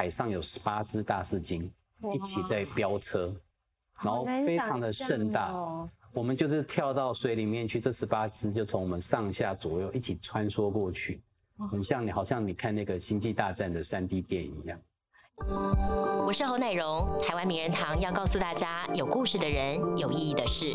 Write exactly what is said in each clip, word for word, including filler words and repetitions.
海上有十八只大士鲸一起在飙车，然后非常的盛大。哦、我们就是跳到水里面去，这十八只就从我们上下左右一起穿梭过去，很像你好像你看那个《星际大战》的三 D 电影一样。 我是侯乃荣，台湾名人堂要告诉大家有故事的人，有意义的事。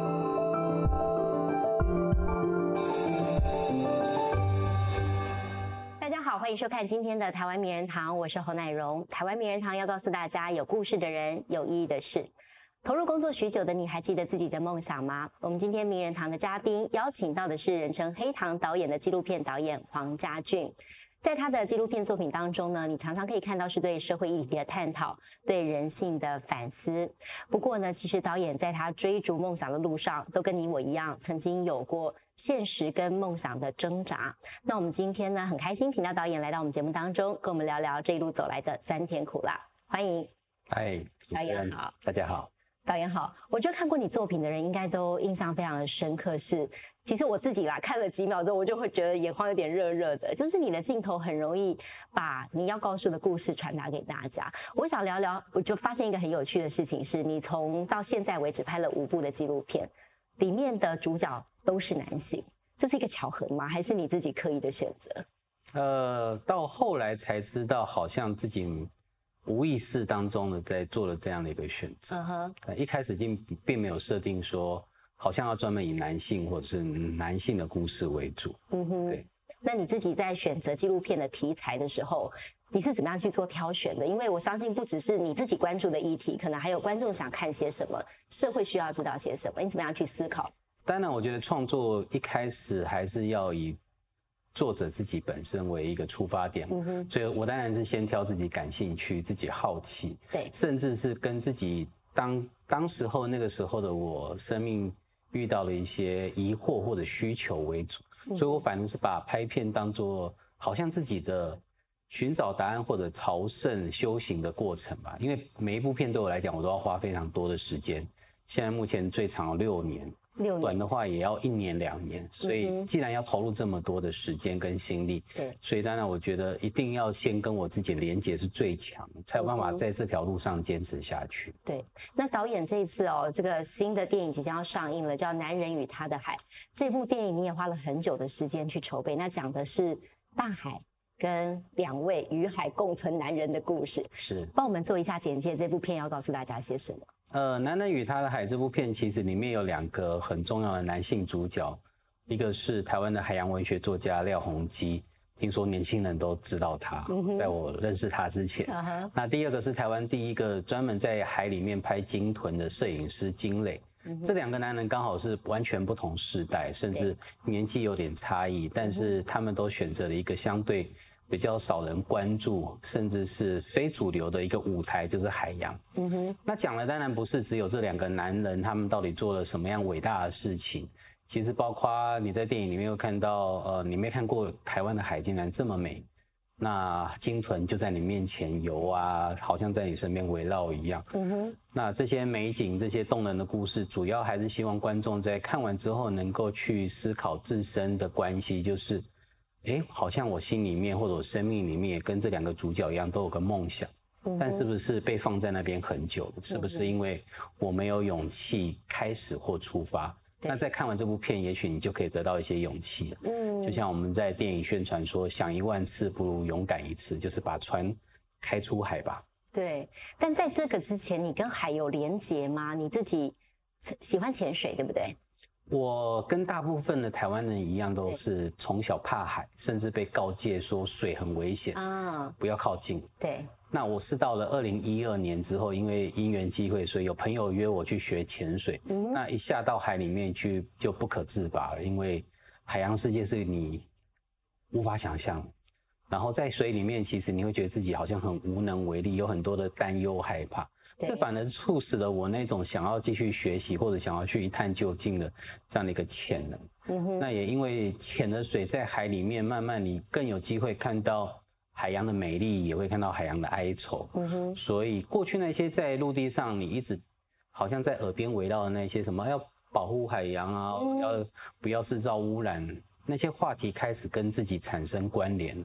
大家好，欢迎收看今天的台湾名人堂，我是侯乃荣。台湾名人堂要告诉大家有故事的人，有意义的事。投入工作许久的你，还记得自己的梦想吗？我们今天名人堂的嘉宾邀请到的是人称黑糖导演的纪录片导演黄家俊。在他的纪录片作品当中呢，你常常可以看到是对社会议题的探讨，对人性的反思。不过呢，其实导演在他追逐梦想的路上，都跟你我一样，曾经有过现实跟梦想的挣扎。那我们今天呢，很开心请到导演来到我们节目当中，跟我们聊聊这一路走来的酸甜苦辣。欢迎。 嗨，主持人好，大家好。 导演好，我觉得看过你作品的人应该都印象非常的深刻是，其实我自己啦看了几秒钟，我就会觉得眼眶有点热热的，就是你的镜头很容易把你要告诉的故事传达给大家。我想聊聊，我就发现一个很有趣的事情是，你从到现在为止拍了五部的纪录片，里面的主角都是男性，这是一个巧合吗？还是你自己刻意的选择？ 呃，到后来才知道，好像自己无意识当中的在做了这样的一个选择。嗯哼，一开始并并没有设定说，好像要专门以男性或者是男性的故事为主。嗯哼，对。 那你自己在选择纪录片的题材的时候，你是怎么样去做挑选的？因为我相信不只是你自己关注的议题，可能还有观众想看些什么，社会需要知道些什么，你怎么样去思考？ 当然，我觉得创作一开始还是要以作者自己本身为一个出发点，嗯哼，所以我当然是先挑自己感兴趣、自己好奇， 对， 甚至是跟自己当当时候那个时候的我生命遇到了一些疑惑或者需求为主，嗯，所以我反正是把拍片当作好像自己的寻找答案或者朝圣修行的过程吧。因为每一部片对我来讲，我都要花非常多的时间，现在目前最长有六年。 六年短的话也要一年两年，所以既然要投入这么多的时间跟心力，对，所以当然我觉得一定要先跟我自己连结是最强的，才有办法在这条路上坚持下去。 对，那导演这一次哦，这个新的电影即将要上映了，叫《男人与他的海》。这部电影你也花了很久的时间去筹备，那讲的是大海跟两位与海共存男人的故事。 是， 帮我们做一下简介，这部片要告诉大家些什么？ 呃，《男人与他的海》这部片其实里面有两个很重要的男性主角，一个是台湾的海洋文学作家廖鸿基，听说年轻人都知道他，嗯，在我认识他之前。Uh-huh. 那第二个是台湾第一个专门在海里面拍鲸豚的摄影师金磊。嗯，这两个男人刚好是完全不同世代，甚至年纪有点差异，但是他们都选择了一个相对比较少人关注，甚至是非主流的一个舞台，就是海洋。嗯哼，那讲的当然不是只有这两个男人，他们到底做了什么样伟大的事情。其实包括你在电影里面有看到，呃，你没看过台湾的海竟然这么美，那鲸豚就在你面前游啊，好像在你身边围绕一样。嗯哼，那这些美景、这些动人的故事，主要还是希望观众在看完之后能够去思考自身的关系，就是哎，好像我心里面或者我生命里面也跟这两个主角一样，都有个梦想，嗯，但是不是被放在那边很久了？是不是因为我没有勇气开始或出发？那在看完这部片，也许你就可以得到一些勇气了。嗯，就像我们在电影宣传说，想一万次不如勇敢一次，就是把船开出海吧。 对，但在这个之前，你跟海有连结吗？你自己喜欢潜水，对不对？ 我跟大部分的台湾人一样，都是从小怕海，甚至被告诫说水很危险啊，不要靠近。 对。 那我是到了二零一二年之后，因为因缘际会，所以有朋友约我去学潜水。嗯，那一下到海里面去就不可自拔了，因为海洋世界是你无法想象。然后在水里面，其实你会觉得自己好像很无能为力，有很多的担忧害怕。这反而促使了我那种想要继续学习或者想要去一探究竟的这样的一个潜能。嗯哼，那也因为潜了水在海里面，慢慢你更有机会看到海洋的美丽，也会看到海洋的哀愁。嗯哼，所以过去那些在陆地上你一直好像在耳边围绕的那些什么要保护海洋啊，嗯，要不要制造污染，那些话题开始跟自己产生关联。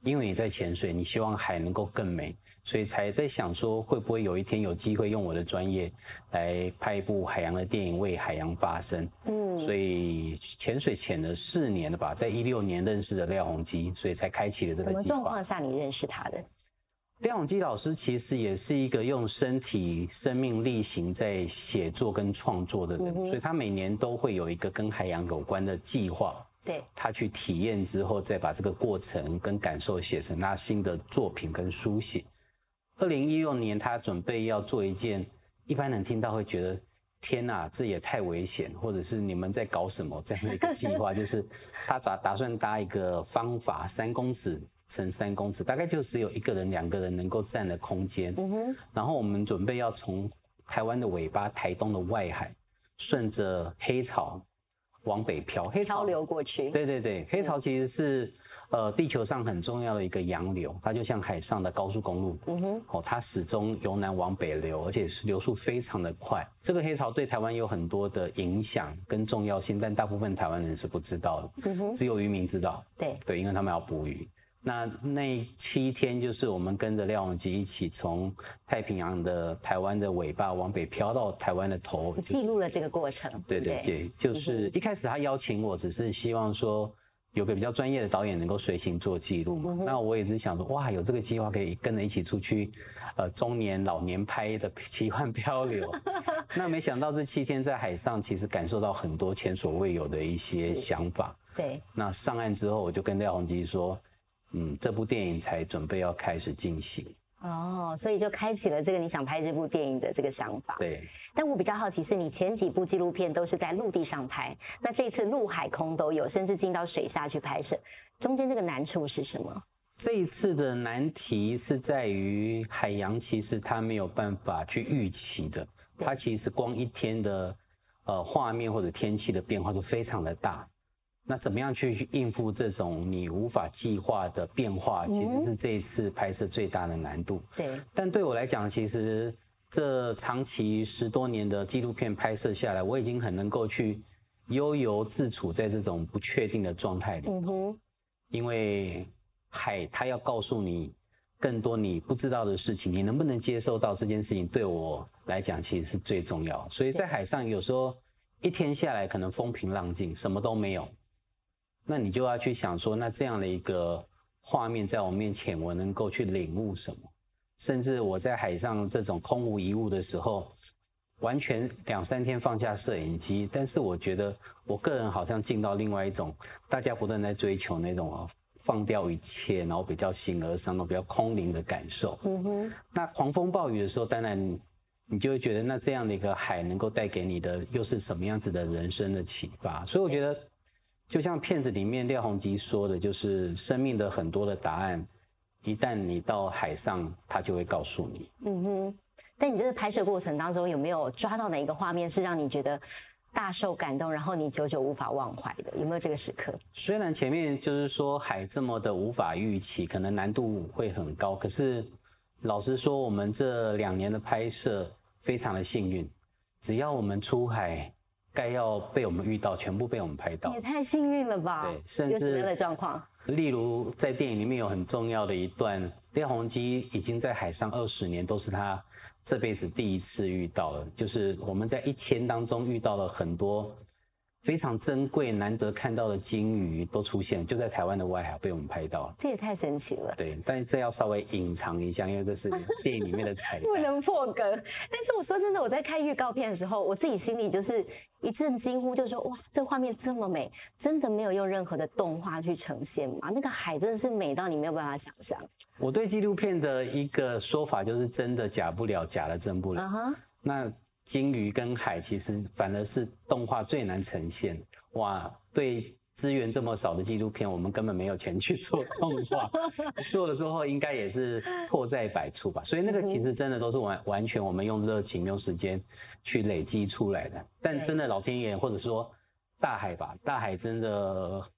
因为你在潜水，你希望海能够更美，所以才在想说会不会有一天有机会用我的专业来拍一部海洋的电影，为海洋发声。嗯，所以潜水潜了四年了吧，在一六年认识了廖鸿基，所以才开启了这个计划。 什么状况下你认识他的？ 廖鸿基老师其实也是一个用身体生命力行在写作跟创作的人，嗯、所以他每年都会有一个跟海洋有关的计划。 对， 他去体验之后，再把这个过程跟感受写成他新的作品跟书写。二零一六年，他准备要做一件一般人听到会觉得天哪，这也太危险，或者是你们在搞什么这样的一个计划，就是他打打算搭一个方法，三公尺乘三公尺，大概就只有一个人、两个人能够站的空间。嗯哼，然后我们准备要从台湾的尾巴，台东的外海，顺着黑潮往北漂，黑潮漂流过去。 对对对，黑潮其实是、嗯、呃地球上很重要的一个洋流，它就像海上的高速公路。嗯哼，哦，它始终由南往北流，而且流速非常的快。这个黑潮对台湾有很多的影响跟重要性，但大部分台湾人是不知道的。嗯哼，只有渔民知道。 对对，因为他们要捕鱼。那那七天就是我们跟着廖鸿基一起从太平洋的台湾的尾巴往北飘到台湾的头， 记录了这个过程。 对对对，就是一开始他邀请我，只是希望说有个比较专业的导演能够随行做记录嘛。嗯、那我也是想说，哇，有这个计划可以跟着一起出去，呃，中年老年拍的奇幻漂流。那没想到这七天在海上，其实感受到很多前所未有的一些想法。 对。 那上岸之后，我就跟廖鸿基说。嗯，这部电影才准备要开始进行哦，所以就开启了这个你想拍这部电影的这个想法。 对， 但我比较好奇是你前几部纪录片都是在陆地上拍，那这次陆海空都有，甚至进到水下去拍摄，中间这个难处是什么？ 这一次的难题是在于海洋其实它没有办法去预期的，它其实光一天的呃画面或者天气的变化就非常的大。那怎么样去应付这种你无法计划的变化，其实是这一次拍摄最大的难度。 对， 但对我来讲，其实这长期十多年的纪录片拍摄下来，我已经很能够去悠游自处在这种不确定的状态里头。嗯哼，因为海它要告诉你更多你不知道的事情，你能不能接受到这件事情，对我来讲其实是最重要。所以在海上有时候一天下来可能风平浪静，什么都没有。那你就要去想说，那这样的一个画面在我面前，我能够去领悟什么？甚至我在海上这种空无一物的时候，完全两三天放下摄影机，但是我觉得我个人好像进到另外一种大家不断在追求那种放掉一切，然后比较形而上、那种比较空灵的感受。嗯哼。那狂风暴雨的时候，当然你就会觉得，那这样的一个海能够带给你的又是什么样子的人生的启发？所以我觉得。就像片子里面廖鸿基说的，就是生命的很多的答案，一旦你到海上，它就会告诉你。嗯哼。但你这个拍摄过程当中，有没有抓到哪一个画面是让你觉得大受感动，然后你久久无法忘怀的？有没有这个时刻？ 虽然前面就是说海这么的无法预期，可能难度会很高，可是老实说，我们这两年的拍摄非常的幸运，只要我们出海。该要被我们遇到，全部被我们拍到， 也太幸运了吧？ 对，甚至有什么样的状况？ 例如在电影里面有很重要的一段，廖鸿基已经在海上二十年，都是他这辈子第一次遇到了。就是我们在一天当中遇到了很多非常珍贵、难得看到的鲸鱼都出现，就在台湾的外海被我们拍到。 这也太神奇了。 对，但这要稍微隐藏一下，因为这是电影里面的彩蛋， 不能破梗。但是我说真的，我在看预告片的时候，我自己心里就是一阵惊呼，就说哇，这画面这么美，真的没有用任何的动画去呈现吗？那个海真的是美到你没有办法想象。 我对纪录片的一个说法就是真的假不了，假的真不了。Uh-huh. 那鲸鱼跟海其实反而是动画最难呈现。哇，对资源这么少的纪录片，我们根本没有钱去做动画，做了之后应该也是迫在百出吧。所以那个其实真的都是完完全我们用热情、用时间去累积出来的。但真的老天爷或者说大海吧，大海真的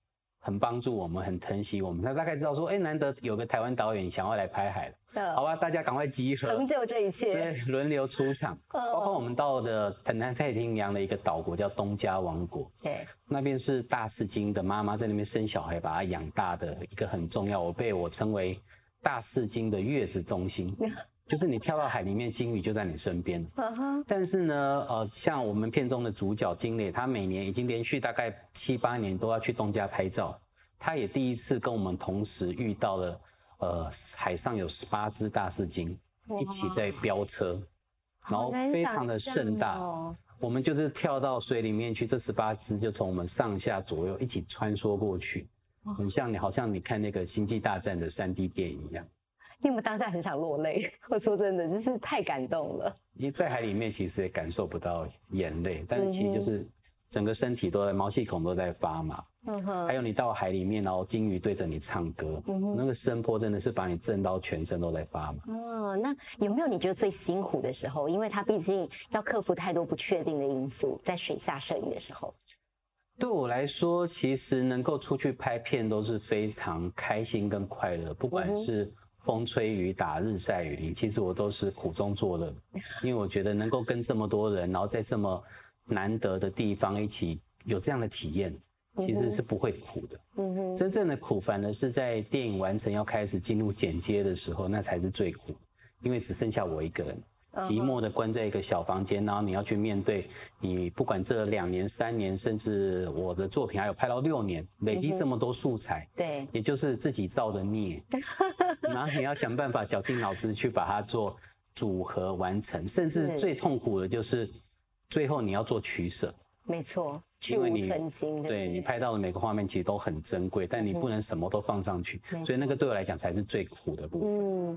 很帮助我们，很疼惜我们。他大概知道说，哎，难得有个台湾导演想要来拍海了，好吧，大家赶快集合， 成就这一切， 对，轮流出场。包括我们到的南太平洋的一个岛国叫东加王国， 对， 那边是大翅鲸的妈妈在那边生小孩，把它养大的一个很重要，我被我称为大翅鲸的月子中心。就是你跳到海里面，鲸鱼就在你身边。Uh-huh. 但是呢，呃，像我们片中的主角鲸磊，他每年已经连续大概七八年都要去东加拍照。他也第一次跟我们同时遇到了，呃，海上有十八只大翅鲸一起在飙车，然后非常的盛大。哦、我们就是跳到水里面去，这十八只就从我们上下左右一起穿梭过去，很像你，好像你看那个《星际大战》的三 D 电影一样。 你有没有当下很想落泪？我说真的，就是太感动了。 因为在海里面其实也感受不到眼泪，但是其实就是整个身体都在毛细孔都在发麻。嗯哼。还有你到海里面，然后鲸鱼对着你唱歌，嗯、那个声波真的是把你震到全身都在发麻。 哦，那有没有你觉得最辛苦的时候？因为它毕竟要克服太多不确定的因素，在水下摄影的时候。 对我来说，其实能够出去拍片都是非常开心跟快乐，不管是风吹雨打、日晒雨淋，其实我都是苦中作乐，因为我觉得能够跟这么多人，然后在这么难得的地方一起有这样的体验，其实是不会苦的。嗯哼，真正的苦反而是在电影完成要开始进入剪接的时候，那才是最苦，因为只剩下我一个人。寂寞的关在一个小房间，然后你要去面对你不管这两年、三年，甚至我的作品还有拍到六年，累积这么多素材， 对， 也就是自己造的孽，然后你要想办法绞尽脑汁去把它做组合完成，甚至最痛苦的就是最后你要做取舍。 没错，去无分金，对， 对，你拍到的每个画面其实都很珍贵，但你不能什么都放上去，所以那个对我来讲才是最苦的部分。嗯。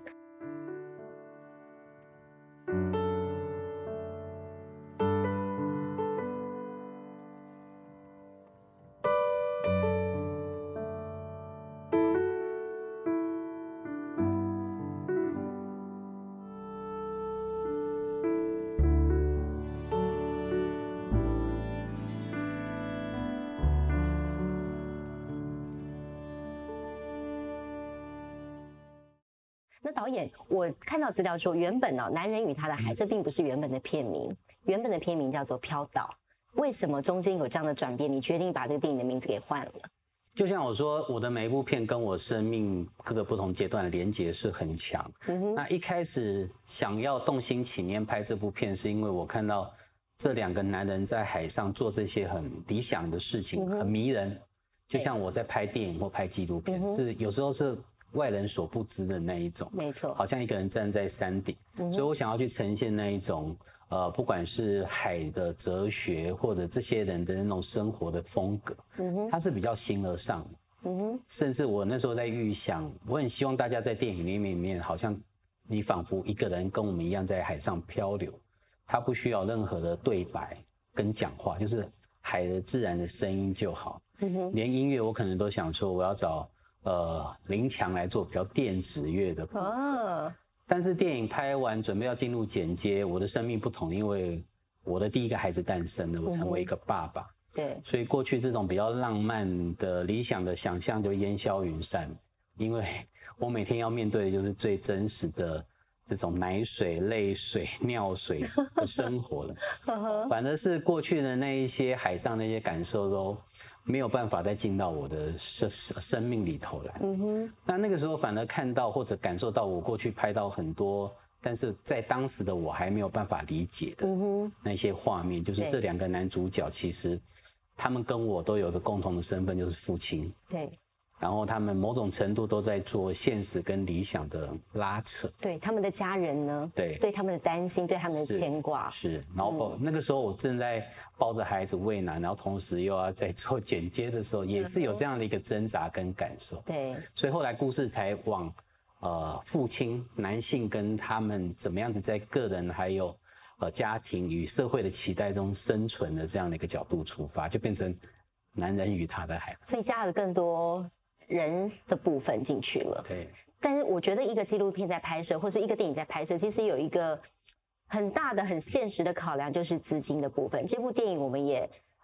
那导演，我看到资料说，原本呢、哦，《男人与他的海》这并不是原本的片名，原本的片名叫做《飘岛》。为什么中间有这样的转变？你决定把这个电影的名字给换了？ 就像我说，我的每一部片跟我生命各个不同阶段的连结是很强。嗯、那一开始想要动心起念拍这部片，是因为我看到这两个男人在海上做这些很理想的事情，嗯、很迷人。就像我在拍电影或拍纪录片，嗯、是有时候是外人所不知的那一种， 没错， 好像一个人站在山顶，嗯、所以我想要去呈现那一种，呃，不管是海的哲学，或者这些人的那种生活的风格，嗯哼，它是比较形而上的，嗯哼，甚至我那时候在预想，我很希望大家在电影里面，里面好像你仿佛一个人跟我们一样在海上漂流，他不需要任何的对白跟讲话，就是海的自然的声音就好，嗯哼，连音乐我可能都想说我要找。呃，林强来做比较电子乐的部分。哦。但是电影拍完，准备要进入剪接，我的生命不同，因为我的第一个孩子诞生了，我成为一个爸爸。嗯、对。所以过去这种比较浪漫的理想的想象就烟消云散，因为我每天要面对的就是最真实的这种奶水、泪水、尿水的生活了。反而是过去的那一些海上那些感受都没有办法再进到我的生生命里头来。嗯哼。那那个时候反而看到或者感受到我过去拍到很多，但是在当时的我还没有办法理解的那些画面，就是这两个男主角其实他们跟我都有一个共同的身份，就是父亲。对。然后他们某种程度都在做现实跟理想的拉扯。对他们的家人呢？对，对他们的担心，对他们的牵挂。是，是然后、嗯、那个时候我正在抱着孩子喂奶，然后同时又要在做剪接的时候，也是有这样的一个挣扎跟感受。对，所以后来故事才往呃父亲、男性跟他们怎么样子在个人还有呃家庭与社会的期待中生存的这样的一个角度出发，就变成男人与他的海。所以加了更多人的部分进去了。对。但是我觉得一个纪录片在拍摄，或是一个电影在拍摄，其实有一个很大的、很现实的考量，就是资金的部分。这部电影我们也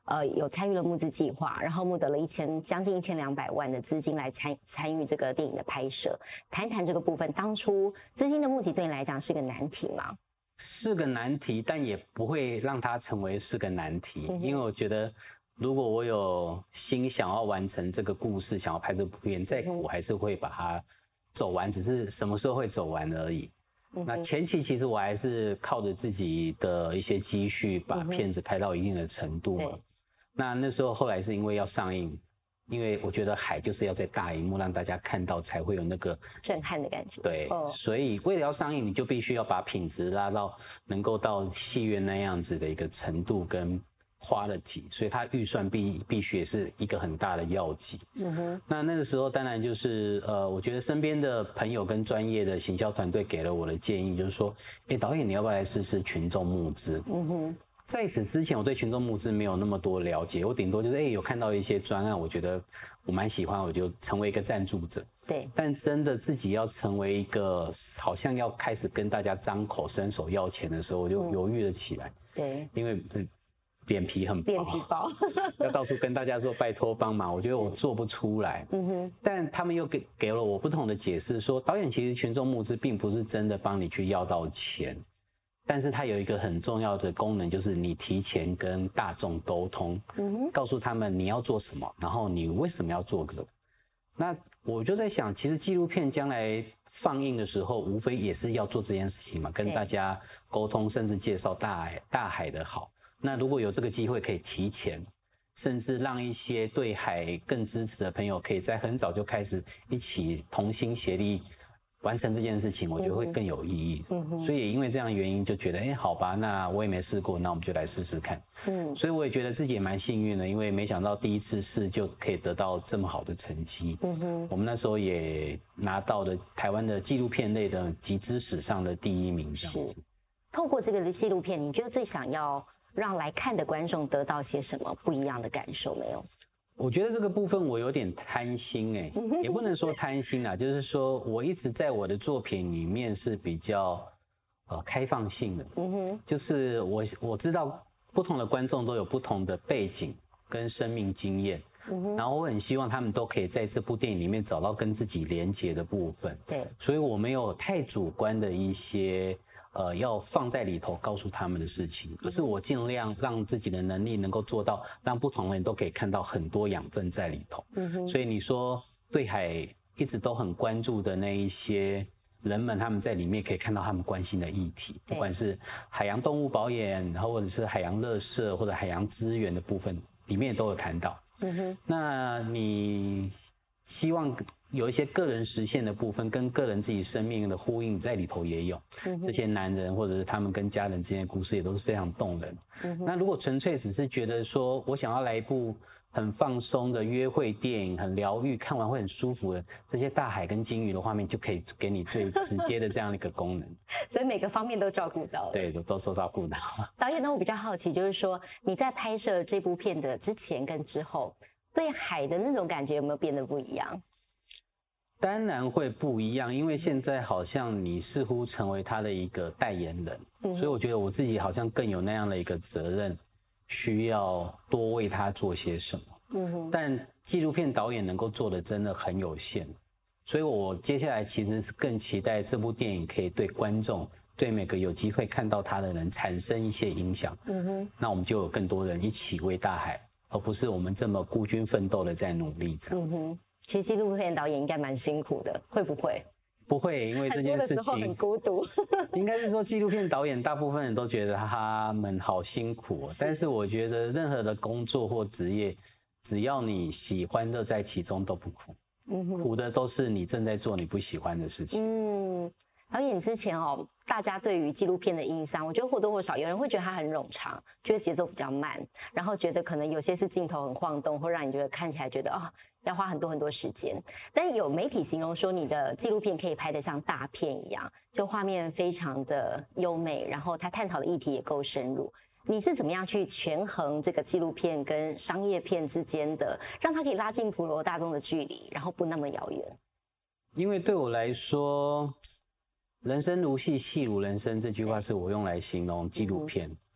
呃有参与了募资计划，然后募得了一千将近一千两百万的资金来参参与这个电影的拍摄。谈谈这个部分，当初资金的募集对你来讲是个难题吗？ 是个难题，但也不会让它成为是个难题，嗯、因为我觉得，如果我有心想要完成这个故事，想要拍这部片，再苦还是会把它走完，只是什么时候会走完而已。嗯、那前期其实我还是靠着自己的一些积蓄，把片子拍到一定的程度嘛。嗯、那那时候后来是因为要上映。因为我觉得海就是要在大荧幕让大家看到，才会有那个震撼的感觉。 对，哦、所以为了要上映，你就必须要把品质拉到能够到戏院那样子的一个程度跟 quality， 所以它预算必必须也是一个很大的要剂。嗯哼。那那个时候当然就是呃，我觉得身边的朋友跟专业的行销团队给了我的建议，就是说，哎，导演你要不要来试试群众募资？嗯哼。在此之前，我对群众募资没有那么多了解，我顶多就是哎、欸、有看到一些专案，我觉得我蛮喜欢，我就成为一个赞助者。 对。 但真的自己要成为一个好像要开始跟大家张口伸手要钱的时候，我就犹豫了起来。 嗯、对。 因为脸皮很薄， 脸皮薄， 要到处跟大家说拜托帮忙，我觉得我做不出来。嗯哼。但他们又给给了我不同的解释，说导演其实群众募资并不是真的帮你去要到钱。但是它有一个很重要的功能，就是你提前跟大众沟通，嗯、告诉他们你要做什么，然后你为什么要做这个。那我就在想，其实纪录片将来放映的时候，无非也是要做这件事情嘛，跟大家沟通，甚至介绍大海大海的好。那如果有这个机会，可以提前，甚至让一些对海更支持的朋友，可以在很早就开始一起同心协力。完成这件事情，我觉得会更有意义。嗯哼，所以也因为这样的原因，就觉得，哎、欸，好吧，那我也没试过，那我们就来试试看。嗯，所以我也觉得自己也蛮幸运的，因为没想到第一次试就可以得到这么好的成绩。嗯哼，我们那时候也拿到了台湾的纪录片类的集资史上的第一名，这样子。 透过这个纪录片，你觉得最想要让来看的观众得到些什么不一样的感受没有？ 我觉得这个部分我有点贪心哎，也不能说贪心啦，就是说我一直在我的作品里面是比较呃开放性的，嗯哼，就是我我知道不同的观众都有不同的背景跟生命经验，嗯哼，然后我很希望他们都可以在这部电影里面找到跟自己连结的部分，对，所以我没有太主观的一些。呃，要放在里头告诉他们的事情，可是我尽量让自己的能力能够做到，让不同人都可以看到很多养分在里头。嗯哼。所以你说对海一直都很关注的那一些人们，他们在里面可以看到他们关心的议题，不管是海洋动物保养，然后或者是海洋垃圾或者海洋资源的部分，里面都有谈到。嗯哼。那你希望有一些个人实现的部分，跟个人自己生命的呼应在里头也有。嗯、这些男人或者是他们跟家人之间的故事也都是非常动人。嗯、那如果纯粹只是觉得说我想要来一部很放松的约会电影，很疗愈，看完会很舒服的，这些大海跟鲸鱼的画面就可以给你最直接的这样的一个功能。 所以每个方面都照顾到了。 对，都都照顾到。 导演，那我比较好奇，就是说你在拍摄这部片的之前跟之后，对海的那种感觉有没有变得不一样？ 当然会不一样，因为现在好像你似乎成为他的一个代言人，嗯、所以我觉得我自己好像更有那样的一个责任，需要多为他做些什么。嗯哼。但纪录片导演能够做的真的很有限，所以我接下来其实是更期待这部电影可以对观众、对每个有机会看到他的人产生一些影响。嗯哼。那我们就有更多人一起为大海，而不是我们这么孤军奋斗的在努力这样子。嗯哼。 其实纪录片导演应该蛮辛苦的，会不会？ 不会，因为这件事情很多的时候很孤独。 应该是说纪录片导演大部分人都觉得他们好辛苦，是但是我觉得任何的工作或职业，只要你喜欢乐在其中都不苦。嗯哼，苦的都是你正在做你不喜欢的事情。嗯。 导演之前哦，大家对于纪录片的印象，我觉得或多或少有人会觉得它很冗长，觉得节奏比较慢，然后觉得可能有些是镜头很晃动，或让你觉得看起来觉得哦要花很多很多时间。但有媒体形容说你的纪录片可以拍得像大片一样，就画面非常的优美，然后它探讨的议题也够深入。你是怎么样去权衡这个纪录片跟商业片之间的，让它可以拉近普罗大众的距离，然后不那么遥远？ 因为对我来说，人生如戏，戏如人生这句话是我用来形容纪录片。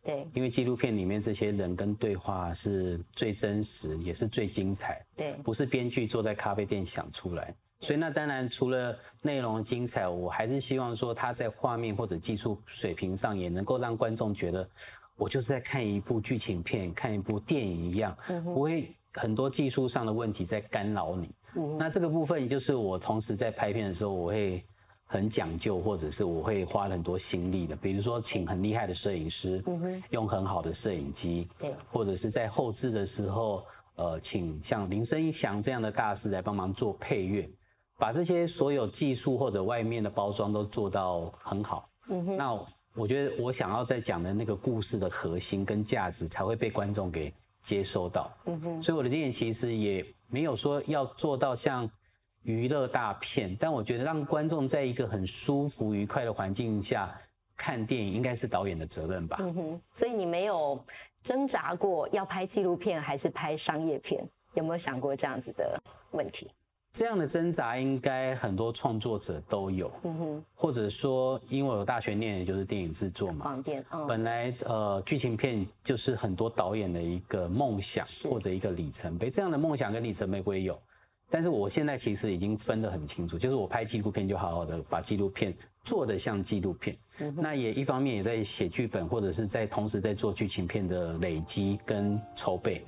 对， 因为纪录片里面这些人跟对话是最真实，也是最精彩。 对， 不是编剧坐在咖啡店想出来。所以那当然除了内容的精彩，我还是希望说他在画面或者技术水平上也能够让观众觉得我就是在看一部剧情片，看一部电影一样，嗯、不会很多技术上的问题在干扰你。嗯、那这个部分就是我同时在拍片的时候，我会很讲究，或者是我会花很多心力的，比如说请很厉害的摄影师，嗯、用很好的摄影机，对，或者是在后制的时候，呃，请像林生祥这样的大师来帮忙做配乐，把这些所有技术或者外面的包装都做到很好。嗯、那我觉得我想要在讲的那个故事的核心跟价值才会被观众给接收到。嗯哼，所以我的电影其实也没有说要做到像娱乐大片，但我觉得让观众在一个很舒服愉快的环境下看电影，应该是导演的责任吧。嗯哼，所以你没有挣扎过要拍纪录片还是拍商业片，有没有想过这样子的问题？ 这样的挣扎应该很多创作者都有，嗯哼，或者说因为我大学念的就是电影制作嘛， 广电，嗯， 本来呃剧情片就是很多导演的一个梦想或者一个里程碑，这样的梦想跟里程碑我也有，但是我现在其实已经分得很清楚，就是我拍纪录片就好好的把纪录片做得像纪录片，嗯、那也一方面也在写剧本，或者是在同时在做剧情片的累积跟筹备。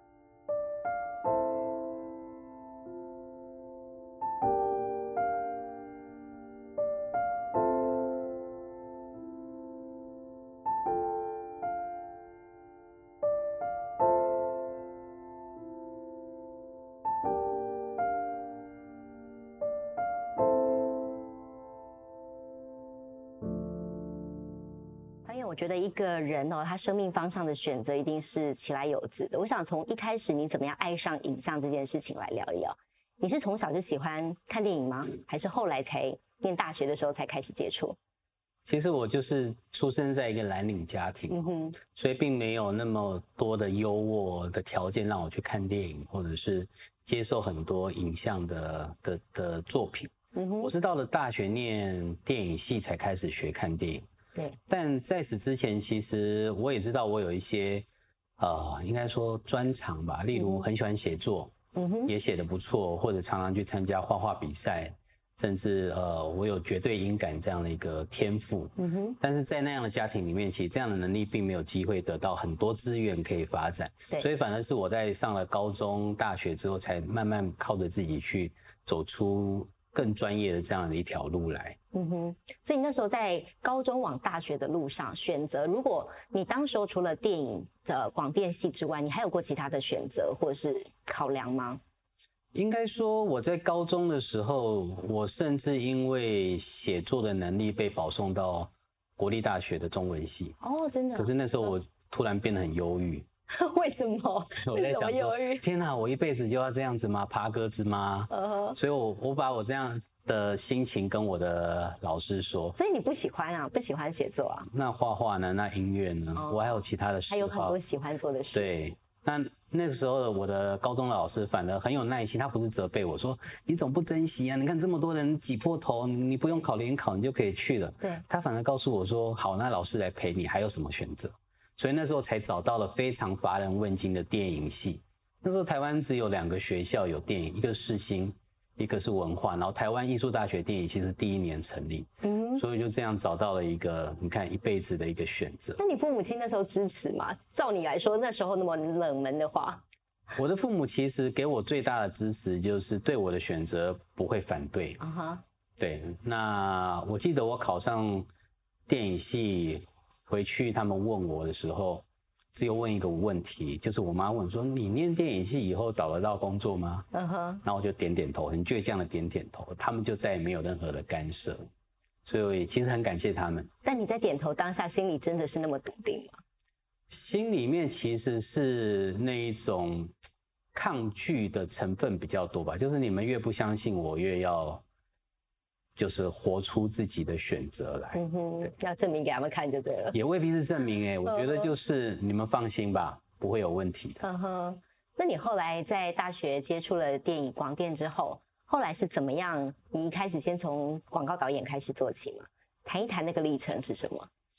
我觉得一个人哦，他生命方向的选择一定是其来有自的。我想从一开始你怎么样爱上影像这件事情来聊一聊。你是从小就喜欢看电影吗？还是后来才念大学的时候才开始接触？ 其实我就是出生在一个蓝领家庭，嗯哼，所以并没有那么多的优渥的条件让我去看电影，或者是接受很多影像的的的作品。嗯哼，我是到了大学念电影系才开始学看电影。 对， 但在此之前，其实我也知道我有一些，呃，应该说专长吧，例如很喜欢写作，嗯哼，也写得不错，或者常常去参加画画比赛，甚至呃，我有绝对音感这样的一个天赋，嗯哼。但是在那样的家庭里面，其实这样的能力并没有机会得到很多资源可以发展，对，所以反而是我在上了高中、大学之后，才慢慢靠着自己去走出更专业的这样的一条路来。 嗯哼，所以你那时候在高中往大学的路上选择，如果你当时候除了电影的广电系之外，你还有过其他的选择或者是考量吗？ 应该说我在高中的时候，我甚至因为写作的能力被保送到国立大学的中文系。 哦，真的？ 可是那时候我突然变得很忧郁。 为什么？ 我在想说，天哪，我一辈子就要这样子吗？爬格子吗？ uh-huh. 所以我我把我这样的心情跟我的老师说。 所以你不喜欢啊？不喜欢写作啊？ 那画画呢？那音乐呢？ oh. 我还有其他的嗜好， 还有很多喜欢做的事。 对，那那个时候我的高中的老师反而很有耐心，他不是责备我说你总不珍惜啊？你看这么多人挤破头，你不用考联考你就可以去了。 对， 他反而告诉我说，好，那老师来陪你，还有什么选择？所以那时候才找到了非常乏人问津的电影系。那时候台湾只有两个学校有电影，一个是世新，一个是文化。然后台湾艺术大学电影系是第一年成立，嗯，所以就这样找到了一个你看一辈子的一个选择。 那你父母亲那时候支持吗？照你来说，那时候那么冷门的话， 我的父母其实给我最大的支持就是对我的选择不会反对。啊哈，对。那我记得我考上电影系。回去他们问我的时候，只有问一个问题，就是我妈问说：“你念电影系以后找得到工作吗？”嗯哼，然后我就点点头，很倔强的点点头，他们就再也没有任何的干涉，所以我也其实很感谢他们。 但你在点头当下，心里真的是那么笃定吗？ 心里面其实是那一种抗拒的成分比较多吧，就是你们越不相信我，越要。就是活出自己的选择来，嗯哼，要证明给他们看就对了。 也未必是证明哎、欸，我觉得就是你们放心吧，不会有问题的。 嗯哼，那你后来在大学接触了电影广电之后，后来是怎么样？你一开始先从广告导演开始做起吗？谈一谈那个历程是什么？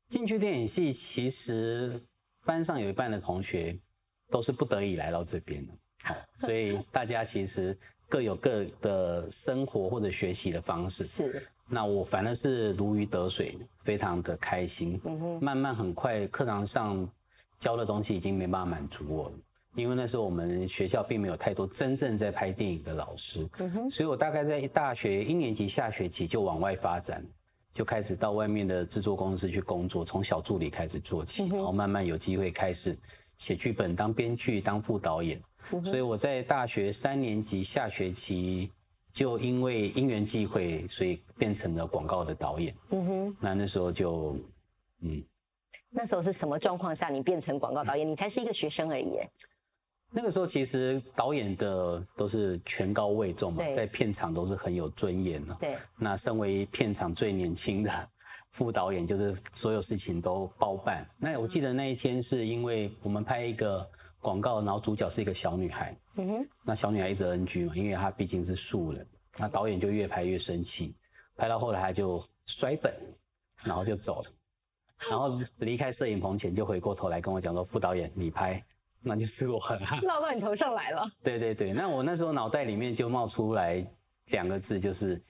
进去电影系，其实班上有一半的同学都是不得已来到这边的，所以大家其实各有各的生活或者学习的方式。 是。 那我反而是如鱼得水，非常的开心。嗯哼。慢慢很快，课堂上教的东西已经没办法满足我了，因为那时候我们学校并没有太多真正在拍电影的老师。嗯哼。所以我大概在大学一年级下学期就往外发展。就开始到外面的制作公司去工作，从小助理开始做起，然后慢慢有机会开始写剧本、当编剧、当副导演。所以我在大学三年级下学期就因为因缘际会，所以变成了广告的导演。嗯哼，那那时候就，嗯， 那时候是什么状况下你变成广告导演？你才是一个学生而已。 那个时候其实导演的都是权高位重嘛，在片场都是很有尊严的。对。那身为片场最年轻的副导演，就是所有事情都包办。那我记得那一天是因为我们拍一个广告，然后主角是一个小女孩。嗯哼。那小女孩一直 N G 嘛，因为她毕竟是素人。那导演就越拍越生气，拍到后来他就摔本，然后就走了。然后离开摄影棚前就回过头来跟我讲说：“副导演，你拍。”那就是我落到你头上来了。 对对对，那我那时候脑袋里面就冒出来两个字，就是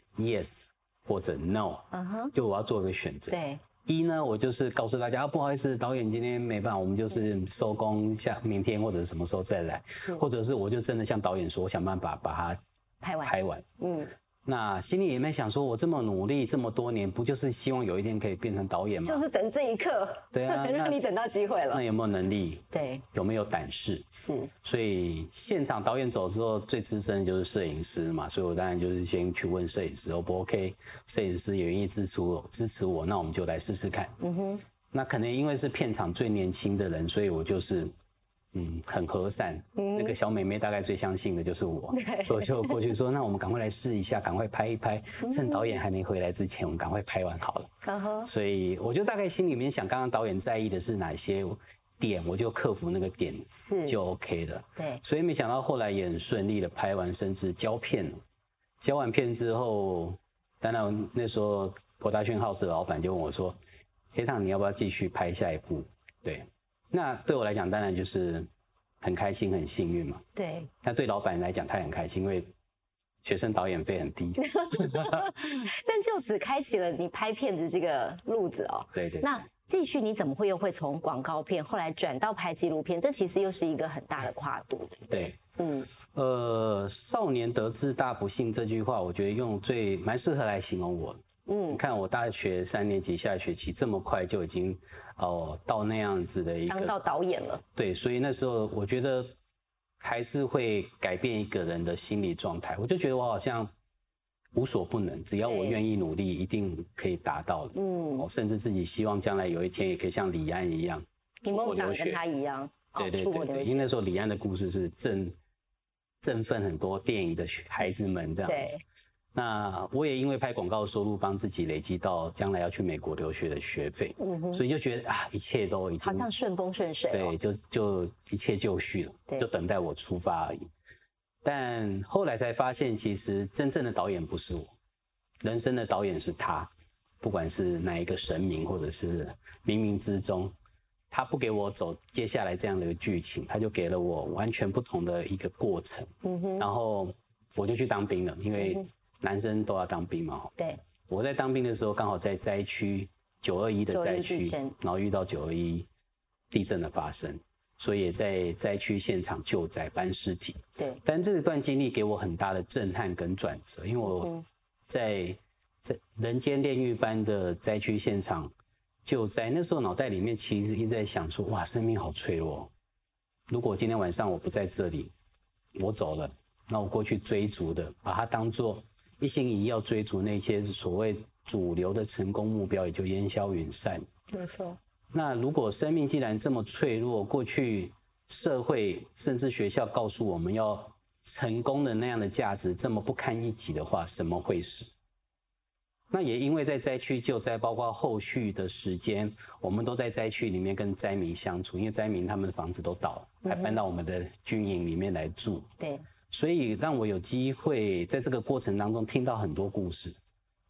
yes 或者 no， uh-huh. 就我要做一个选择。对，一呢，我就是告诉大家，啊，不好意思，导演今天没办法，我们就是收工，下明天或者什么时候再来，或者是我就真的像导演说，我想办法把它拍完。 拍完，嗯。那心里也没想说，我这么努力这么多年，不就是希望有一天可以变成导演吗？ 就是等这一刻， 对啊， 让你等到机会了。 那有没有能力？ 对， 有没有胆识？ 是。 所以现场导演走之后，最资深的就是摄影师嘛，所以我当然就是先去问摄影师 ，O 不 OK？ 摄影师也愿意支持我，支持我，那我们就来试试看。嗯哼。那可能因为是片场最年轻的人，所以我就是。嗯，很和善。嗯，那个小妹妹大概最相信的就是我，所以我就过去说：“那我们赶快来试一下，赶快拍一拍，趁导演还没回来之前，我们赶快拍完好了。Uh-huh. ”所以我就大概心里面想，刚刚导演在意的是哪些点，我就克服那个点，是就 OK 了。对，所以没想到后来也很顺利的拍完，甚至交片了。交完片之后，当然那时候博大讯House的老板就问我说：“黑糖，你要不要继续拍下一部？”对。那对我来讲，当然就是很开心、很幸运嘛。对。那对老板来讲，他也很开心，因为学生导演费很低。 但就此开启了你拍片的这个路子哦。 对 对, 对。 那继续你怎么会又会从广告片后来转到拍纪录片？这其实又是一个很大的跨度，对不对？对。嗯。呃，少年得志大不幸这句话，我觉得用最蛮适合来形容我。嗯，你看我大学三年级下学期这么快就已经哦到那样子的一个当到导演了。 对，所以那时候我觉得还是会改变一个人的心理状态。我就觉得我好像无所不能，只要我愿意努力，一定可以达到的。嗯，我甚至自己希望将来有一天也可以像李安一样， 你梦想跟他一样。 对对对对，因为那时候李安的故事是振振奋很多电影的孩子们这样子。那我也因为拍广告的收入，帮自己累积到将来要去美国留学的学费，嗯哼，所以就觉得啊，一切都已经好像顺风顺水， 对，就就一切就绪了，就等待我出发而已。但后来才发现，其实真正的导演不是我，人生的导演是他，不管是哪一个神明或者是冥冥之中，他不给我走接下来这样的一个剧情，他就给了我完全不同的一个过程，嗯哼，然后我就去当兵了，因为。嗯男生都要当兵嘛，对。我在当兵的时候，刚好在灾区九二一的灾区，然后遇到九二一地震的发生，所以也在灾区现场救灾搬尸体。对。但这段经历给我很大的震撼跟转折，因为我在在人间炼狱般的灾区现场救灾，那时候脑袋里面其实一直在想说，哇，生命好脆弱。如果今天晚上我不在这里，我走了，那我过去追逐的，把它当作一心一意要追逐那些所谓主流的成功目标，也就烟消云散。没错。那如果生命既然这么脆弱，过去社会甚至学校告诉我们要成功的那样的价值这么不堪一击的话，什么会是？那也因为在灾区救灾，包括后续的时间，我们都在灾区里面跟灾民相处，因为灾民他们的房子都倒了，还搬到我们的军营里面来住。对。所以让我有机会在这个过程当中听到很多故事，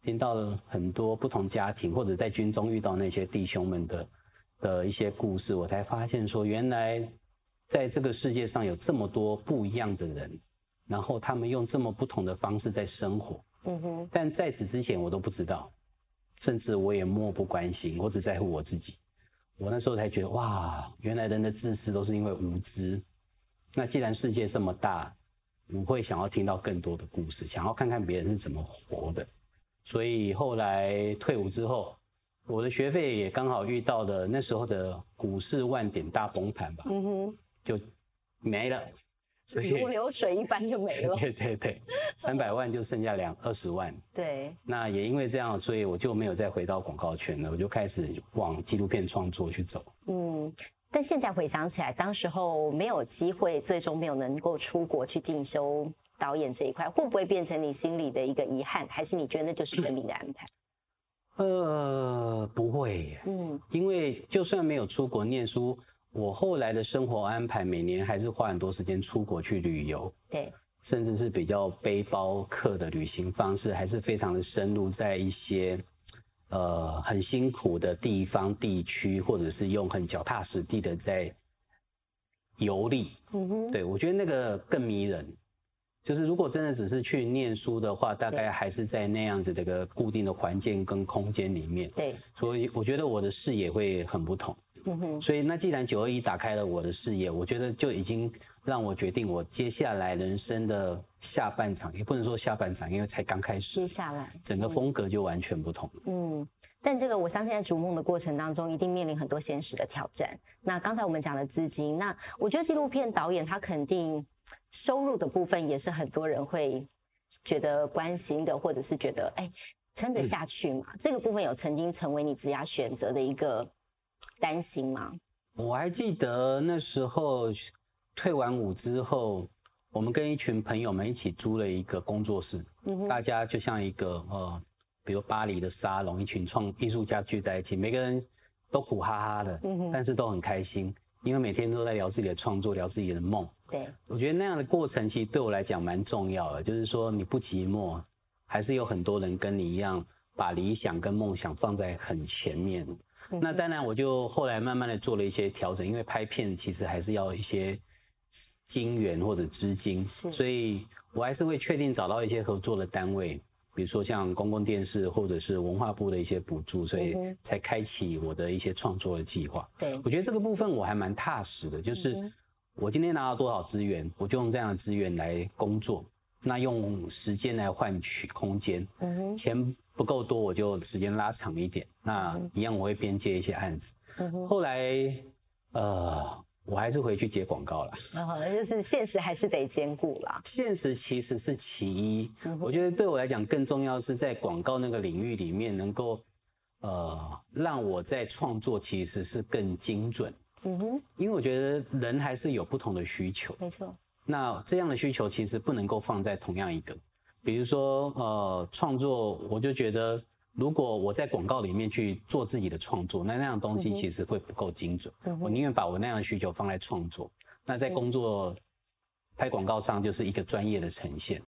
听到了很多不同家庭或者在军中遇到那些弟兄们的的一些故事，我才发现说，原来在这个世界上有这么多不一样的人，然后他们用这么不同的方式在生活。嗯哼。但在此之前我都不知道，甚至我也漠不关心，我只在乎我自己。我那时候才觉得，哇，原来人的自私都是因为无知。那既然世界这么大，我会想要听到更多的故事，想要看看别人是怎么活的。所以后来退伍之后，我的学费也刚好遇到的那时候的股市万点大崩盘吧，嗯哼，就没了， 所以如流水一般就没了。 对对对，三百万就剩下两二十万。 对， 那也因为这样，所以我就没有再回到广告圈了，我就开始往纪录片创作去走。嗯。 但现在回想起来，当时候没有机会，最终没有能够出国去进修导演这一块，会不会变成你心里的一个遗憾？还是你觉得那就是生命的安排？ 呃，不会耶，嗯，因为就算没有出国念书，我后来的生活安排每年还是花很多时间出国去旅游， 对， 甚至是比较背包客的旅行方式，还是非常的深入在一些呃很辛苦的地方地区，或者是用很脚踏实地的在游历，嗯哼，对，我觉得那个更迷人。就是如果真的只是去念书的话，大概还是在那样子的一个固定的环境跟空间里面。 对， 所以我觉得我的视野会很不同。嗯哼，所以那既然九二一打开了我的视野，我觉得就已经让我决定我接下来人生的下半场，也不能说下半场，因为才刚开始。 接下来， 整个风格就完全不同了。 嗯，但这个我相信在逐梦的过程当中，一定面临很多现实的挑战。那刚才我们讲的资金，那我觉得纪录片导演他肯定收入的部分也是很多人会觉得关心的，或者是觉得哎撑得下去嘛、嗯？这个部分有曾经成为你职业选择的一个担心吗？ 我还记得那时候退完伍之后，我们跟一群朋友们一起租了一个工作室，嗯、大家就像一个呃，比如巴黎的沙龙，一群创艺术家聚在一起，每个人都苦哈哈的，嗯、但是都很开心，因为每天都在聊自己的创作，聊自己的梦。 对， 我觉得那样的过程其实对我来讲蛮重要的，就是说你不寂寞，还是有很多人跟你一样把理想跟梦想放在很前面。嗯、那当然我就后来慢慢的做了一些调整，因为拍片其实还是要一些金源或者资金，所以我还是会确定找到一些合作的单位，比如说像公共电视或者是文化部的一些补助，所以才开启我的一些创作的计划。 对， 我觉得这个部分我还蛮踏实的，就是我今天拿到多少资源，我就用这样的资源来工作，那用时间来换取空间。嗯、钱不够多，我就时间拉长一点，那一样我会边接一些案子。嗯、后来呃我还是回去接广告了， 呃，就是现实还是得兼顾啦。 现实其实是其一，嗯、我觉得对我来讲更重要是在广告那个领域里面，能够呃让我在创作其实是更精准。嗯哼，因为我觉得人还是有不同的需求， 没错。 那这样的需求其实不能够放在同样一个，比如说呃创作，我就觉得。如果我在广告里面去做自己的创作，那那样东西其实会不够精准。嗯、我宁愿把我那样的需求放在创作，那在工作、拍广告上就是一个专业的呈现。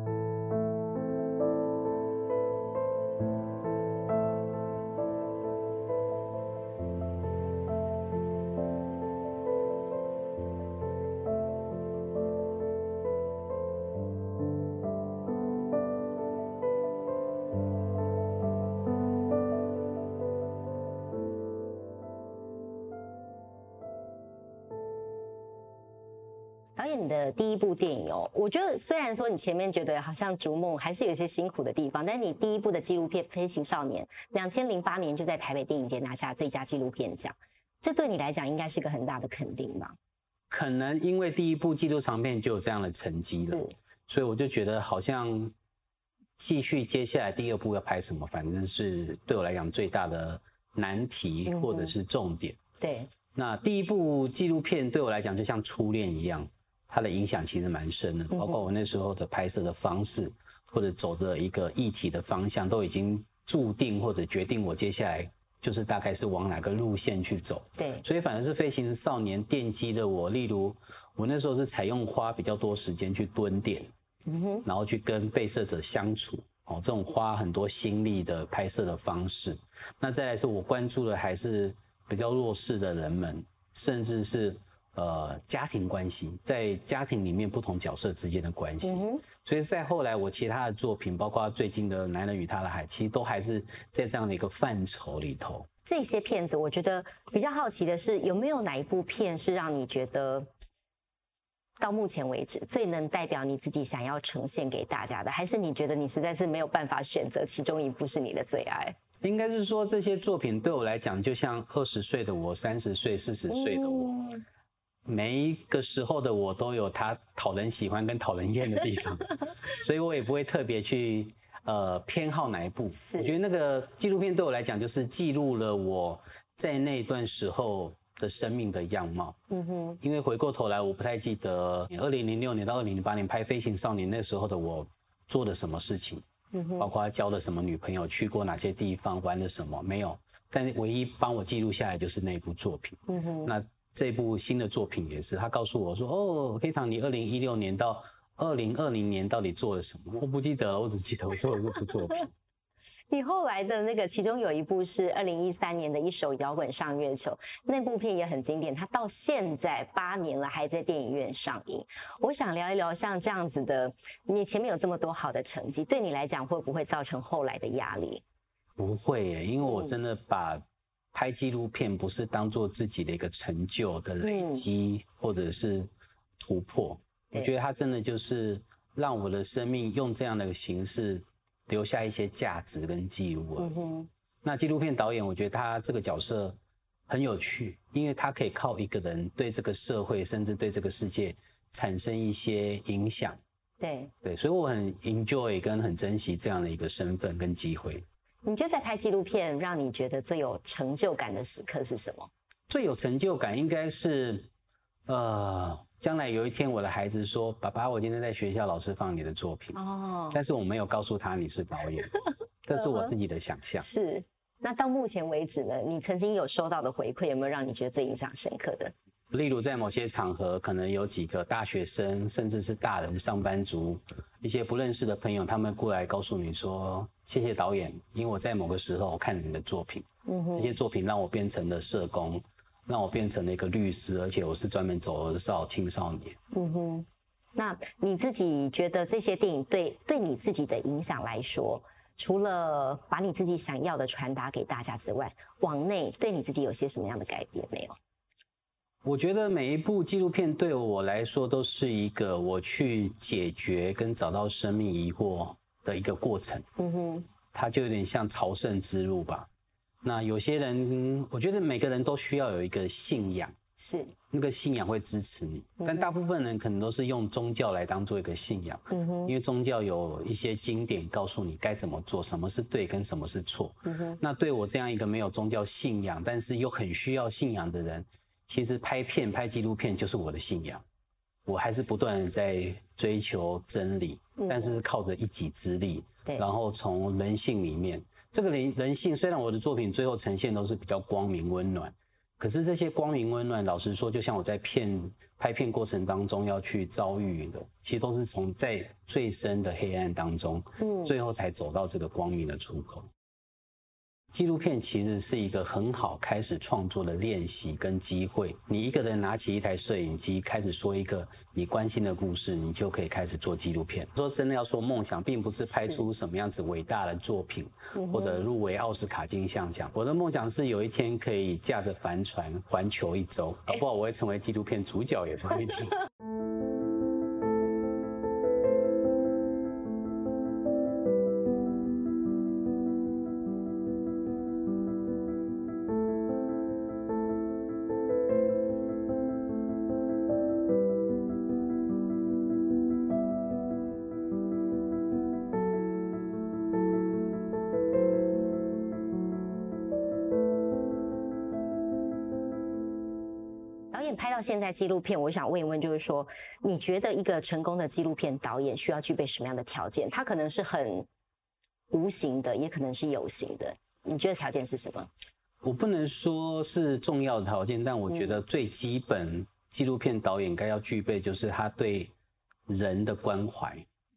导演你的第一部电影哦，我觉得虽然说你前面觉得好像逐梦还是有一些辛苦的地方，但是你第一部的纪录片《飞行少年》，两千零八年就在台北电影节拿下最佳纪录片奖，这对你来讲应该是个很大的肯定吧？ 可能因为第一部纪录长片就有这样的成绩了，所以我就觉得好像继续接下来第二部要拍什么，反正是对我来讲最大的难题或者是重点。嗯、 对， 那第一部纪录片对我来讲就像初恋一样。它的影响其实蛮深的，包括我那时候的拍摄的方式，或者走的一个议题的方向，都已经注定或者决定我接下来就是大概是往哪个路线去走。 对， 所以反而是《飞行少年》奠基了我，例如我那时候是采用花比较多时间去蹲点，嗯哼，然后去跟被摄者相处， 哦，这种花很多心力的拍摄的方式。那再来是我关注的还是比较弱势的人们，甚至是呃家庭关系，在家庭里面不同角色之间的关系。嗯、所以在后来我其他的作品，包括最近的《男人与他的海》，其实都还是在这样的一个范畴里头。 这些片子，我觉得比较好奇的是，有没有哪一部片是让你觉得到目前为止最能代表你自己想要呈现给大家的？还是你觉得你实在是没有办法选择其中一部是你的最爱？ 应该是说这些作品对我来讲，就像二十岁的我、三十岁、四十岁的我，嗯、每一个时候的我都有他讨人喜欢跟讨人厌的地方，所以我也不会特别去呃偏好哪一部。我觉得那个纪录片对我来讲，就是记录了我在那段时候的生命的样貌。嗯哼，因为回过头来，我不太记得二零零六年到二零零八年拍《飞行少年》那时候的我做了什么事情。嗯、包括他交了什么女朋友，去过哪些地方，玩了什么没有，但是唯一帮我记录下来就是那部作品。嗯哼，那这部新的作品也是，他告诉我说：“哦，黑糖，你二零一六年到二零二零年到底做了什么？”我不记得了，我只记得我做了这部作品。 你后来的那个，其中有一部是二零一三年的一首摇滚上月球，那部片也很经典，它到现在八年了还在电影院上映。我想聊一聊像这样子的，你前面有这么多好的成绩，对你来讲会不会造成后来的压力？ 不会耶，因为我真的把拍纪录片不是当做自己的一个成就的累积、嗯、或者是突破，我觉得它真的就是让我的生命用这样的一个形式留下一些价值跟记录。嗯哼，那纪录片导演，我觉得他这个角色很有趣，因为他可以靠一个人对这个社会，甚至对这个世界产生一些影响。 对对，所以我很 enjoy 跟很珍惜这样的一个身份跟机会。 你觉得在拍纪录片，让你觉得最有成就感的时刻是什么？ 最有成就感应该是，呃。将来有一天，我的孩子说：“爸爸，我今天在学校老师放你的作品。”哦，但是我没有告诉他你是导演，这是我自己的想象。 是，那到目前为止呢，你曾经有收到的回馈，有没有让你觉得最印象深刻的？ 例如在某些场合，可能有几个大学生，甚至是大人、上班族，一些不认识的朋友，他们过来告诉你说：“谢谢导演，因为我在某个时候我看你的作品，嗯哼，这些作品让我变成了社工。”让我变成了一个律师，而且我是专门走儿少青少年。嗯哼， 那你自己觉得这些电影对对你自己的影响来说，除了把你自己想要的传达给大家之外，往内对你自己有些什么样的改变没有？ 我觉得每一部纪录片对我来说都是一个我去解决跟找到生命疑惑的一个过程。嗯哼，它就有点像朝圣之路吧。那有些人，我觉得每个人都需要有一个信仰， 是那个信仰会支持你。嗯、但大部分人可能都是用宗教来当做一个信仰，嗯哼，因为宗教有一些经典告诉你该怎么做，什么是对跟什么是错。嗯哼，那对我这样一个没有宗教信仰，但是又很需要信仰的人，其实拍片、拍纪录片就是我的信仰。我还是不断的在追求真理，嗯、但是靠着一己之力，然后从人性里面。这个人人性，虽然我的作品最后呈现都是比较光明温暖，可是这些光明温暖，老实说，就像我在片拍片过程当中要去遭遇的，其实都是从在最深的黑暗当中，嗯，最后才走到这个光明的出口。纪录片其实是一个很好开始创作的练习跟机会。你一个人拿起一台摄影机，开始说一个你关心的故事，你就可以开始做纪录片。说真的，要说梦想，并不是拍出什么样子伟大的作品，或者入围奥斯卡金像奖。我的梦想是有一天可以驾着帆船环球一周，搞不好我会成为纪录片主角也不一定。 拍到现在纪录片，我想问一问，就是说，你觉得一个成功的纪录片导演需要具备什么样的条件？他可能是很无形的，也可能是有形的。你觉得条件是什么？ 我不能说是重要的条件，但我觉得最基本，纪录片导演该要具备就是他对人的关怀。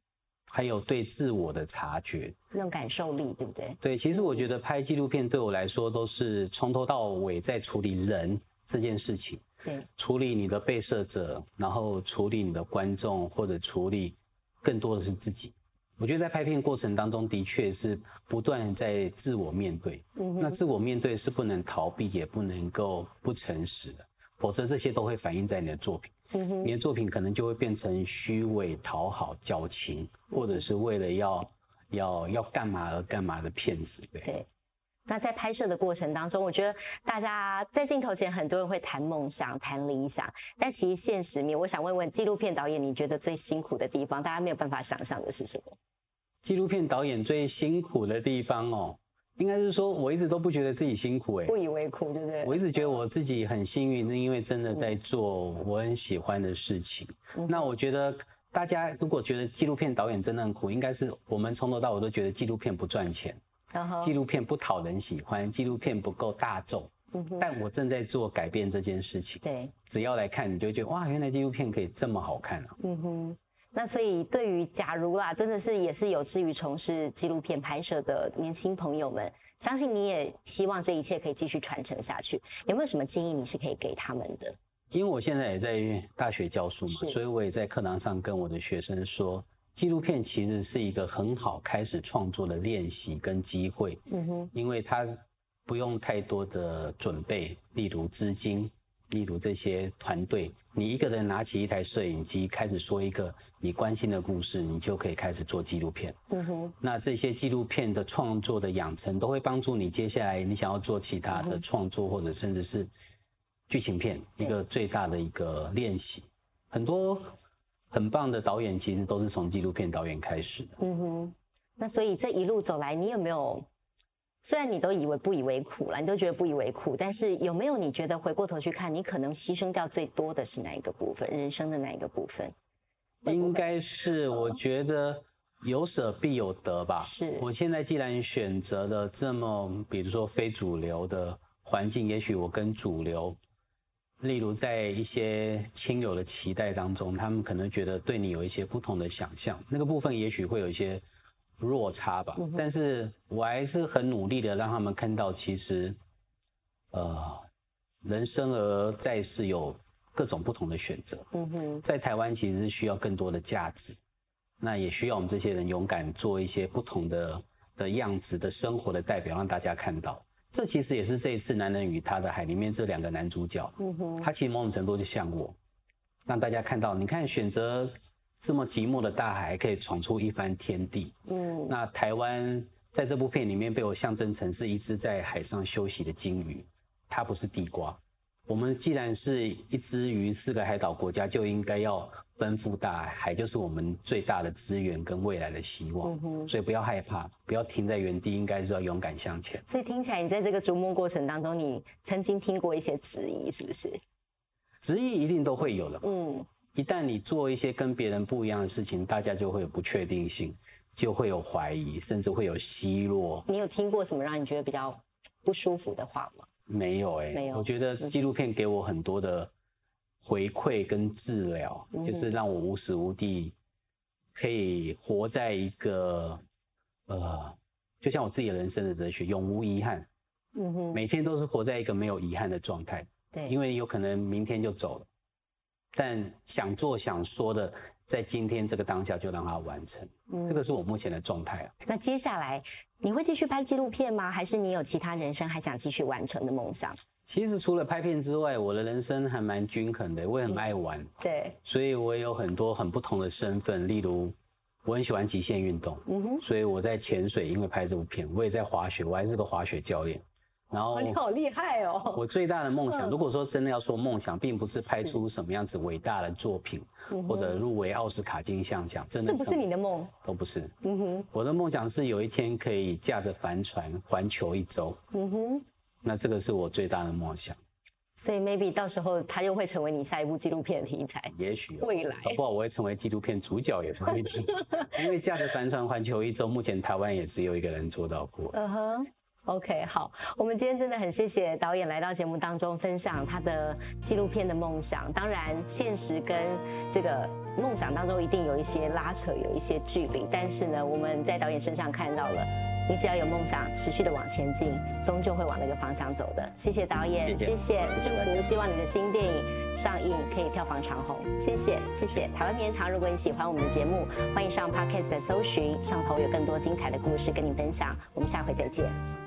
还有对自我的察觉， 那种感受力，对不对？ 对，其实我觉得拍纪录片对我来说都是从头到尾在处理人这件事情， 对， 处理你的被摄者，然后处理你的观众，或者处理更多的是自己。我觉得在拍片过程当中，的确是不断在自我面对。嗯，那自我面对是不能逃避，也不能够不诚实的，否则这些都会反映在你的作品。嗯，你的作品可能就会变成虚伪、讨好、矫情，或者是为了要要要干嘛而干嘛的骗子。对。 对。那在拍摄的过程当中，我觉得大家在镜头前很多人会谈梦想、谈理想，但其实现实面，我想问问纪录片导演，你觉得最辛苦的地方，大家没有办法想象的是什么？ 纪录片导演最辛苦的地方哦，应该是说我一直都不觉得自己辛苦，哎， 不以为苦，对不对？ 我一直觉得我自己很幸运，因为真的在做我很喜欢的事情。嗯，那我觉得大家如果觉得纪录片导演真的很苦，应该是我们从头到尾都觉得纪录片不赚钱，纪录片不讨人喜欢，纪录片不够大众。嗯，但我正在做改变这件事情。对，只要来看，你就会觉得哇，原来纪录片可以这么好看啊。 嗯哼。那所以对于假如啦，真的是也是有志于从事纪录片拍摄的年轻朋友们，相信你也希望这一切可以继续传承下去。有没有什么建议你是可以给他们的？ 因为我现在也在大学教书嘛，所以我也在课堂上跟我的学生说，纪录片其实是一个很好开始创作的练习跟机会。嗯哼，因为它不用太多的准备，例如资金，例如这些团队，你一个人拿起一台摄影机，开始说一个你关心的故事，你就可以开始做纪录片。嗯哼，那这些纪录片的创作的养成，都会帮助你接下来你想要做其他的创作，或者甚至是剧情片，一个最大的一个练习。很多很棒的导演其实都是从纪录片导演开始的。 嗯哼，那所以这一路走来，你有没有？虽然你都以为不以为苦了，你都觉得不以为苦，但是有没有你觉得回过头去看，你可能牺牲掉最多的是哪一个部分？人生的哪一个部分？ 应该是我觉得有舍必有得吧。是我现在既然选择了这么，比如说非主流的环境，也许我跟主流，例如在一些亲友的期待当中，他们可能觉得对你有一些不同的想象，那个部分也许会有一些落差吧，嗯，但是我还是很努力的让他们看到，其实，呃，人生而在世有各种不同的选择。嗯哼，在台湾其实是需要更多的价值，那也需要我们这些人勇敢做一些不同的的样子的生活的代表，让大家看到。这其实也是这一次《男人与他的海》里面这两个男主角，嗯哼，他其实某种程度就像我，让大家看到，你看选择这么寂寞的大海，还可以闯出一番天地。嗯，那台湾在这部片里面被我象征成是一只在海上休息的鲸鱼，它不是地瓜。我们既然是一只鱼，是个海岛国家，就应该要奔赴大海，海就是我们最大的资源跟未来的希望。嗯，所以不要害怕，不要停在原地，应该是要勇敢向前。 所以听起来，你在这个逐梦过程当中，你曾经听过一些质疑，是不是？ 质疑一定都会有的。嗯。一旦你做一些跟别人不一样的事情，大家就会有不确定性，就会有怀疑，甚至会有奚落。你有听过什么让你觉得比较不舒服的话吗？ 没有哎、欸，没有。我觉得纪录片给我很多的回馈跟治疗，嗯，就是让我无时无地可以活在一个呃，就像我自己的人生的哲学，永无遗憾。嗯哼，每天都是活在一个没有遗憾的状态。对，因为有可能明天就走了。但想做想说的，在今天这个当下就让它完成，嗯，这个是我目前的状态啊。 那接下来你会继续拍纪录片吗？还是你有其他人生还想继续完成的梦想？ 其实除了拍片之外，我的人生还蛮均衡的，我也很爱玩，嗯，对，所以我也有很多很不同的身份，例如我很喜欢极限运动，嗯哼，所以我在潜水，因为拍这部片，我也在滑雪，我还是个滑雪教练。然后你好厉害哦！ 我最大的梦想，如果说真的要说梦想，并不是拍出什么样子伟大的作品，或者入围奥斯卡金像奖，真的这不是你的梦， 都不是。嗯哼，我的梦想是有一天可以驾着帆船环球一周。嗯哼，那这个是我最大的梦想。 所以 maybe 到时候它又会成为你下一部纪录片的题材， 也许未来， 搞不好我会成为纪录片主角也不一定。因为驾着帆船环球一周，目前台湾也只有一个人做到过。嗯哼。 OK， 好，我们今天真的很谢谢导演来到节目当中分享他的纪录片的梦想。当然，现实跟这个梦想当中一定有一些拉扯，有一些距离。但是呢，我们在导演身上看到了，你只要有梦想，持续的往前进，终究会往那个方向走的。谢谢导演，谢谢，祝福，希望你的新电影上映可以票房长红。谢谢，谢谢。台湾名人堂，如果你喜欢我们的节目，欢迎上 Podcast 的搜寻，上头有更多精彩的故事跟你分享。我们下回再见。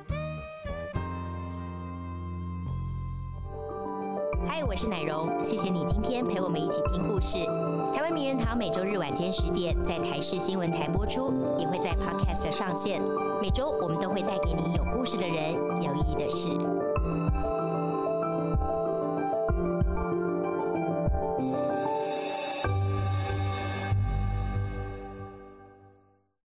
嗨，我是乃荣，谢谢你今天陪我们一起听故事。台湾名人堂每周日晚间十点在台视新闻台播出，也会在 Podcast 上线。每周我们都会带给你有故事的人，有意义的事。